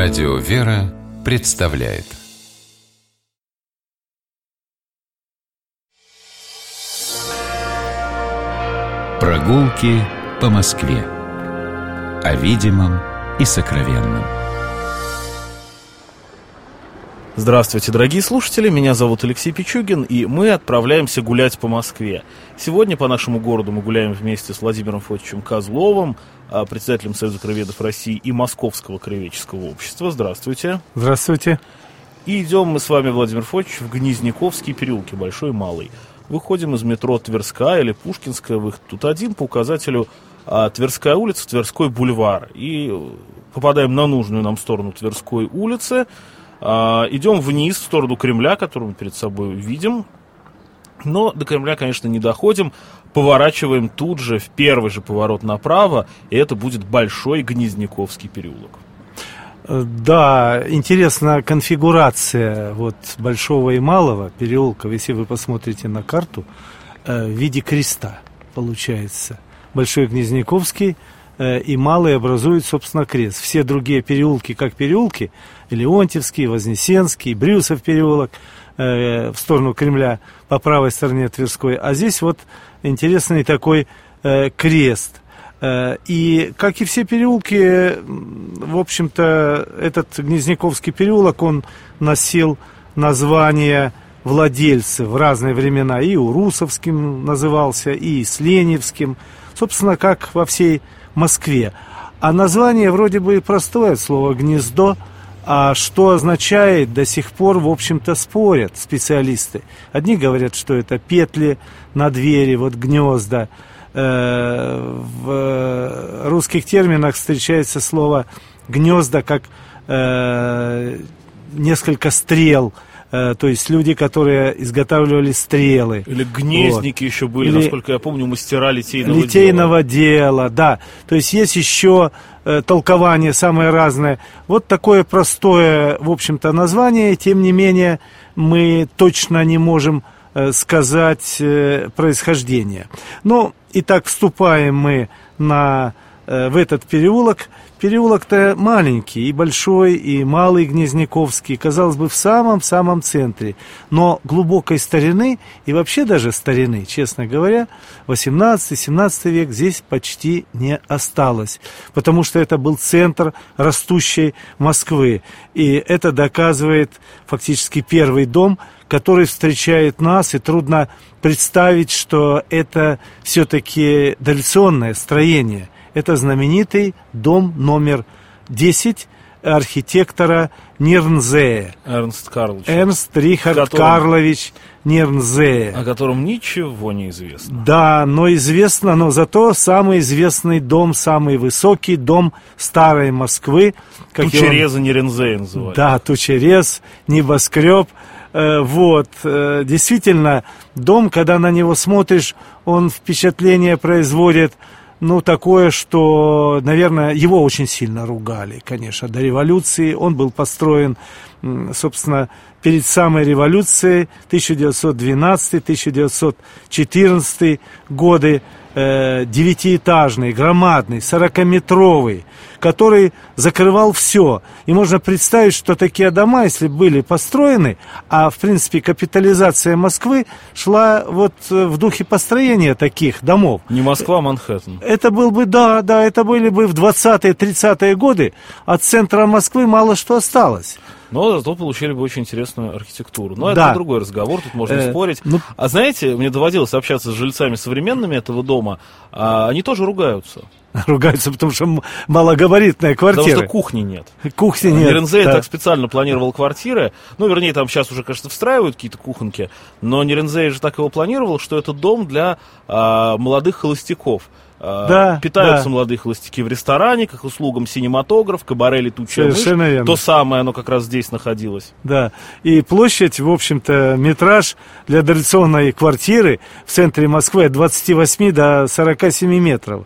Радио «Вера» представляет прогулки по Москве. О видимом и сокровенном. Здравствуйте, дорогие слушатели, меня зовут Алексей Пичугин, и мы отправляемся гулять по Москве. Сегодня по нашему городу мы гуляем вместе с Владимиром Фотичем Козловым, председателем Союза краеведов России и Московского краеведческого общества. Здравствуйте. Здравствуйте. И идем мы с вами, Владимир Фотич, в Гнезняковские переулки, Большой и Малый. Выходим из метро Тверская или Пушкинская, выход тут один по указателю Тверская улица, Тверской бульвар. И попадаем на нужную нам сторону Тверской улицы. Идем вниз в сторону Кремля, который мы перед собой видим. Но до Кремля, конечно, не доходим. Поворачиваем тут же, в первый же поворот направо, и это будет Большой Гнезняковский переулок. Да, интересна конфигурация вот Большого и Малого переулков, если вы посмотрите на карту, в виде креста получается. Большой Гнезняковский и Малый образуют, собственно, крест. Все другие переулки, как переулки, Леонтьевский, Вознесенский, Брюсов переулок в сторону Кремля по правой стороне Тверской. А здесь вот интересный такой крест. И, как и все переулки, в общем-то, этот Гнезняковский переулок, он носил название владельцев в разные времена. И Урусовским назывался, и Сленевским. Собственно, как во всей Москве. А название вроде бы простое, слово «гнездо», а что означает, до сих пор, в общем-то, спорят специалисты. Одни говорят, что это петли на двери, вот гнезда. В русских терминах встречается слово «гнезда» как несколько стрел. То есть люди, которые изготавливали стрелы. Или гнездники вот. Еще были, насколько я помню, мастера литейного дела. Да. То есть есть еще толкования самые разные. Вот такое простое, в общем-то, название. Тем не менее, мы точно не можем сказать происхождение. Но, итак, вступаем мы в этот переулок. Переулок-то маленький, и Большой, и Малый Гнезняковский, казалось бы, в самом-самом центре, но глубокой старины, и вообще даже старины, честно говоря, 18-17 век здесь почти не осталось, потому что это был центр растущей Москвы, и это доказывает фактически первый дом, который встречает нас, и трудно представить, что это все-таки дореволюционное строение. Это знаменитый дом номер 10 архитектора Нирнзея. Эрнст Рихард Карлович Нирнзея. О котором ничего не известно. Да, но известно, но зато самый известный дом, самый высокий дом старой Москвы. Тучереза Нирнзея называют. Да, Тучерез, небоскреб. Вот, действительно, дом, когда на него смотришь, он впечатление производит, такое, что, наверное, его очень сильно ругали, конечно, до революции. Он был построен, собственно, перед самой революцией, 1912-1914 годы, девятиэтажный, громадный, 40-метровый, который закрывал все. И можно представить, что такие дома, если были построены, а в принципе капитализация Москвы шла вот в духе построения таких домов. Не Москва, а Манхэттен. Это был бы, да, это были бы в 20-30-е годы, от центра Москвы мало что осталось. Но зато получили бы очень интересную архитектуру. Но это другой разговор, тут можно спорить. А знаете, мне доводилось общаться с жильцами современными этого дома, они тоже ругаются. Ругаются, потому что малогабаритная квартира. Потому что кухни нет. Кухни нет. Нирнзей так специально планировал квартиры. Вернее, там сейчас уже, конечно, встраивают какие-то кухонки. Но Нирнзей же так его планировал, что это дом для молодых холостяков. Питаются молодые холостяки в ресторане, к их услугам синематограф, кабаре «Летучая мышь». То самое, оно как раз здесь находилось. Да, и площадь, в общем-то, метраж для дореволюционной квартиры в центре Москвы от 28 до 47 метров.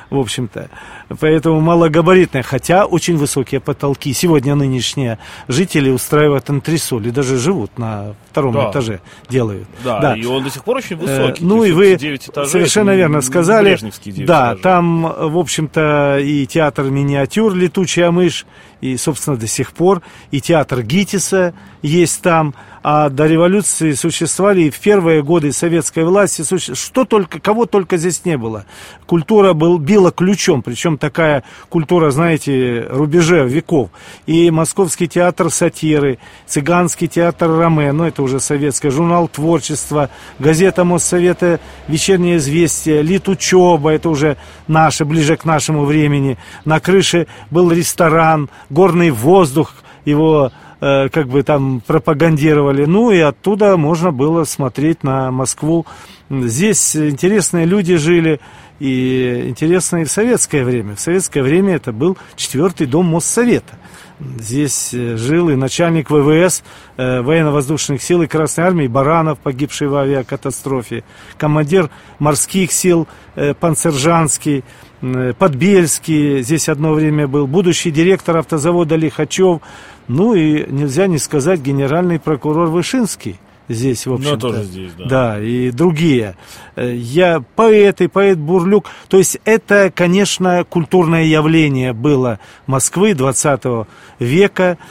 в общем-то. Поэтому малогабаритная, хотя очень высокие потолки. Сегодня нынешние жители устраивают антресоли, даже живут на втором этаже, делают. Да, и он до сих пор очень высокий. Ну и вы этажей, совершенно верно сказали. Да, этажей. там, в общем-то, и театр миниатюр «Летучая мышь», и, собственно, до сих пор, и театр Гитиса есть там. А до революции существовали и в первые годы советской власти, кого только здесь не было. Культура била ключом, причем такая культура, знаете, рубежа веков. И Московский театр сатиры, Цыганский театр Роме, ну это уже советское, журнал «Творчество», газета Моссовета «Вечернее известие», Литучеба, это уже наше, ближе к нашему времени. На крыше был ресторан, горный воздух, его как бы там пропагандировали. Ну и оттуда можно было смотреть на Москву. Здесь интересные люди жили, и интересно и в советское время. В советское время это был 4-й дом Моссовета. Здесь жил и начальник ВВС, военно-воздушных сил и Красной Армии Баранов, погибший в авиакатастрофе, командир морских сил Панцержанский, Подбельский здесь одно время был, будущий директор автозавода Лихачев, ну и нельзя не сказать генеральный прокурор Вышинский. Здесь, в общем-то. Но тоже здесь, да. Да, и другие. Я поэт, и поэт Бурлюк. То есть это, конечно, культурное явление было Москвы 20 века.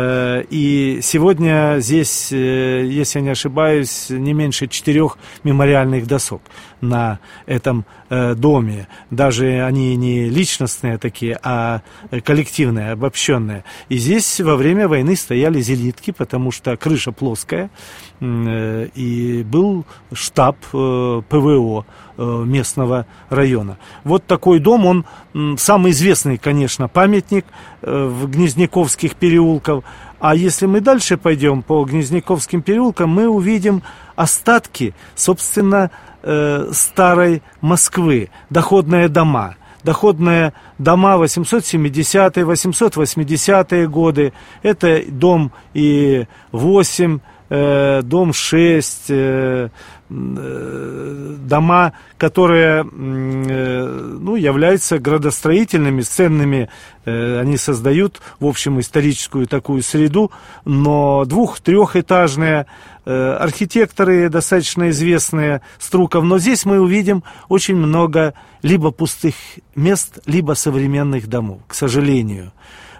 И сегодня здесь, если я не ошибаюсь, не меньше 4 мемориальных досок на этом доме. Даже они не личностные такие, а коллективные, обобщенные. И здесь во время войны стояли зенитки, потому что крыша плоская. И был штаб ПВО местного района. Вот такой дом, он самый известный, конечно, памятник в Гнезняковских переулках. А если мы дальше пойдем по Гнезняковским переулкам, мы увидим остатки, собственно, старой Москвы, доходные дома. Доходные дома 870-е, 880-е годы. Это дом и 8, дом 6, дома, которые являются градостроительными, ценными, они создают, в общем, историческую такую среду, но 2-3-этажные, архитекторы достаточно известные, Струков, но здесь мы увидим очень много либо пустых мест, либо современных домов, к сожалению.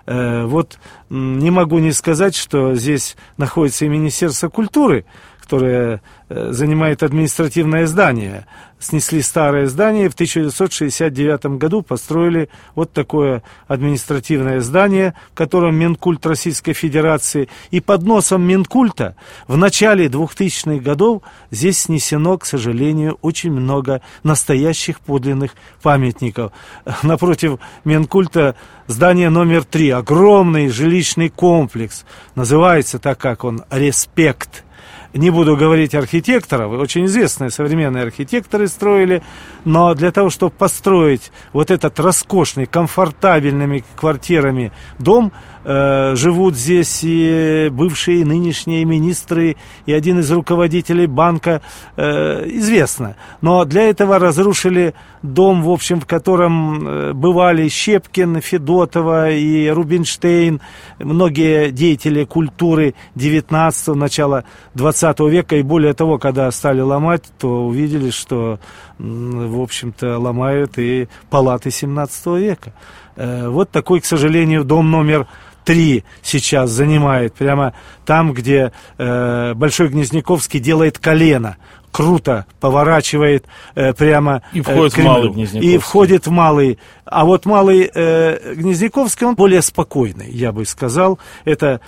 Вот не могу не сказать, что здесь находится и Министерство культуры, которое занимает административное здание. Снесли старое здание, в 1969 году построили вот такое административное здание, в котором Минкульт Российской Федерации. И под носом Минкульта в начале 2000-х годов здесь снесено, к сожалению, очень много настоящих подлинных памятников. Напротив Минкульта здание номер 3, огромный жилищный комплекс. Называется так, как он, «Респект». Не буду говорить архитекторов, очень известные современные архитекторы строили, но для того, чтобы построить вот этот роскошный, комфортабельными квартирами дом, живут здесь и бывшие, и нынешние министры, и один из руководителей банка, известно. Но для этого разрушили дом, в общем, в котором бывали Щепкин, Федотова и Рубинштейн, многие деятели культуры 19-го, начала 20 века. И более того, когда стали ломать, то увидели, что, в общем-то, ломают и палаты 17 века. Вот такой, к сожалению, дом номер 3 сейчас занимает, прямо там, где Большой Гнезняковский делает колено. Круто поворачивает прямо и входит в Малый Гнезняковский. И входит в Малый. А вот Малый Гнезняковский, он более спокойный, я бы сказал. Это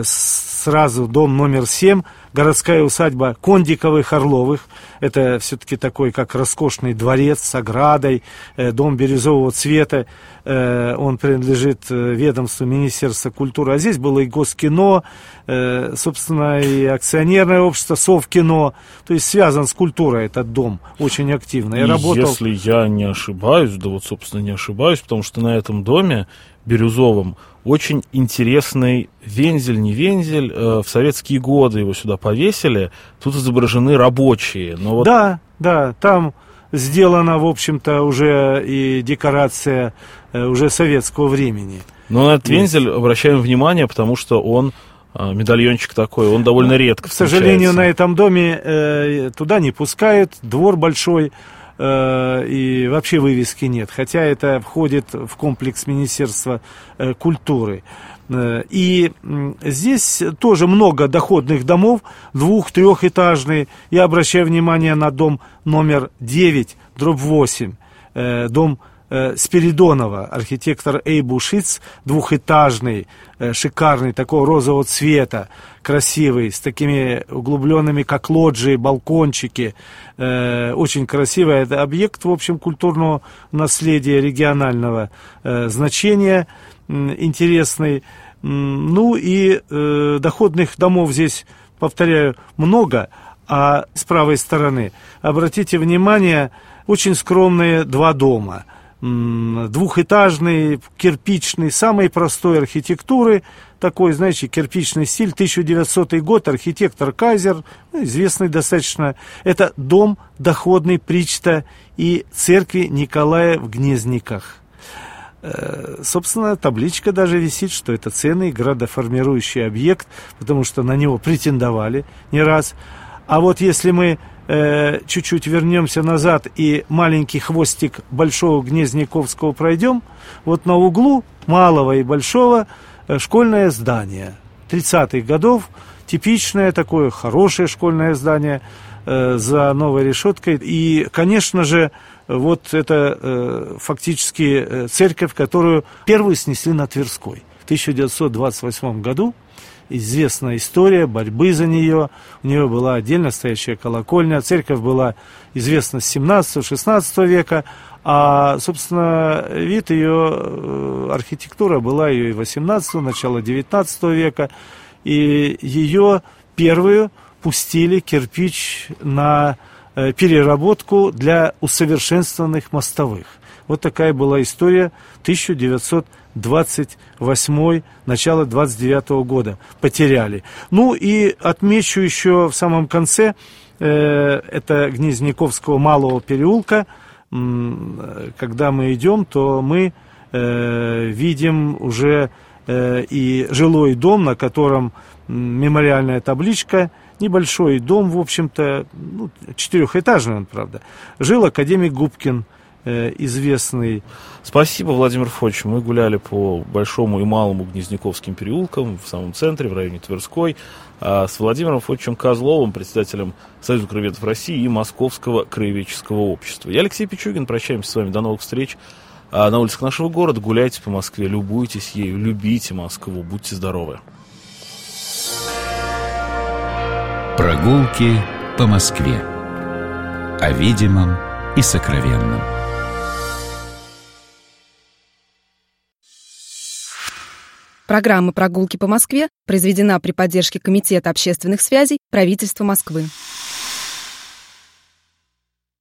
сразу дом номер 7, городская усадьба Кондиковых-Орловых. Это все-таки такой, как роскошный дворец с оградой, дом бирюзового цвета. Он принадлежит ведомству Министерства культуры. А здесь было и Госкино, собственно, и акционерное общество Совкино. То есть связан с культурой этот дом очень активно. И работал... Если я не ошибаюсь, да вот, собственно, не ошибаюсь, потому что на этом доме бирюзовом очень интересный вензель, не вензель, в советские годы его сюда повесили. Тут изображены рабочие. Но вот... Да, там сделана, в общем-то, уже и декорация уже советского времени. Но на этот вензель обращаем внимание, потому что он медальончик такой, он довольно редко встречается. К сожалению, на этом доме туда не пускают, двор большой, и вообще вывески нет, хотя это входит в комплекс Министерства культуры. И здесь тоже много доходных домов, 2-3-этажные. Я обращаю внимание на дом номер 9/8, дом Спиридонова, архитектор Эйбу Шиц, 2-этажный, шикарный, такого розового цвета, красивый, с такими углубленными, как лоджии, балкончики, очень красивый. Это объект, в общем, культурного наследия регионального значения, интересный. Ну и доходных домов здесь, повторяю, много, а с правой стороны, обратите внимание, очень скромные 2 дома. 2-этажный, кирпичный, самой простой архитектуры, такой, знаете, кирпичный стиль, 1900 год, архитектор Кайзер, известный достаточно. Это дом доходный Причта и церкви Николая в Гнезниках. Собственно, табличка даже висит, что это ценный градоформирующий объект, потому что на него претендовали не раз. А вот если мы чуть-чуть вернемся назад и маленький хвостик Большого Гнезниковского пройдем, вот на углу малого и большого школьное здание 30-х годов, типичное такое хорошее школьное здание за новой решеткой. И, конечно же, вот это фактически церковь, которую первую снесли на Тверской в 1928 году. Известная история борьбы за нее. У нее была отдельно стоящая колокольня. Церковь была известна с 17-16 века. А, собственно, вид ее, архитектура была ее и 18-го, начала 19 века. И ее первую пустили кирпич на переработку для усовершенствованных мостовых. Вот такая была история 1928, начало 29 года. Потеряли. Ну и отмечу еще в самом конце, это Гнезняковского малого переулка. Когда мы идем, то мы видим уже и жилой дом, на котором мемориальная табличка. Небольшой дом, в общем-то, 4-этажный он, правда. Жил академик Губкин, известный. Спасибо, Владимир Фотч. Мы гуляли по Большому и Малому Гнезняковским переулкам в самом центре, в районе Тверской, с Владимиром Фотчем Козловым, председателем Союза краеведов России и Московского краеведческого общества. Я Алексей Пичугин. Прощаемся с вами. До новых встреч на улицах нашего города. Гуляйте по Москве, любуйтесь ею, любите Москву. Будьте здоровы. Прогулки по Москве. О видимом и сокровенном. Программа «Прогулки по Москве» произведена при поддержке Комитета общественных связей правительства Москвы.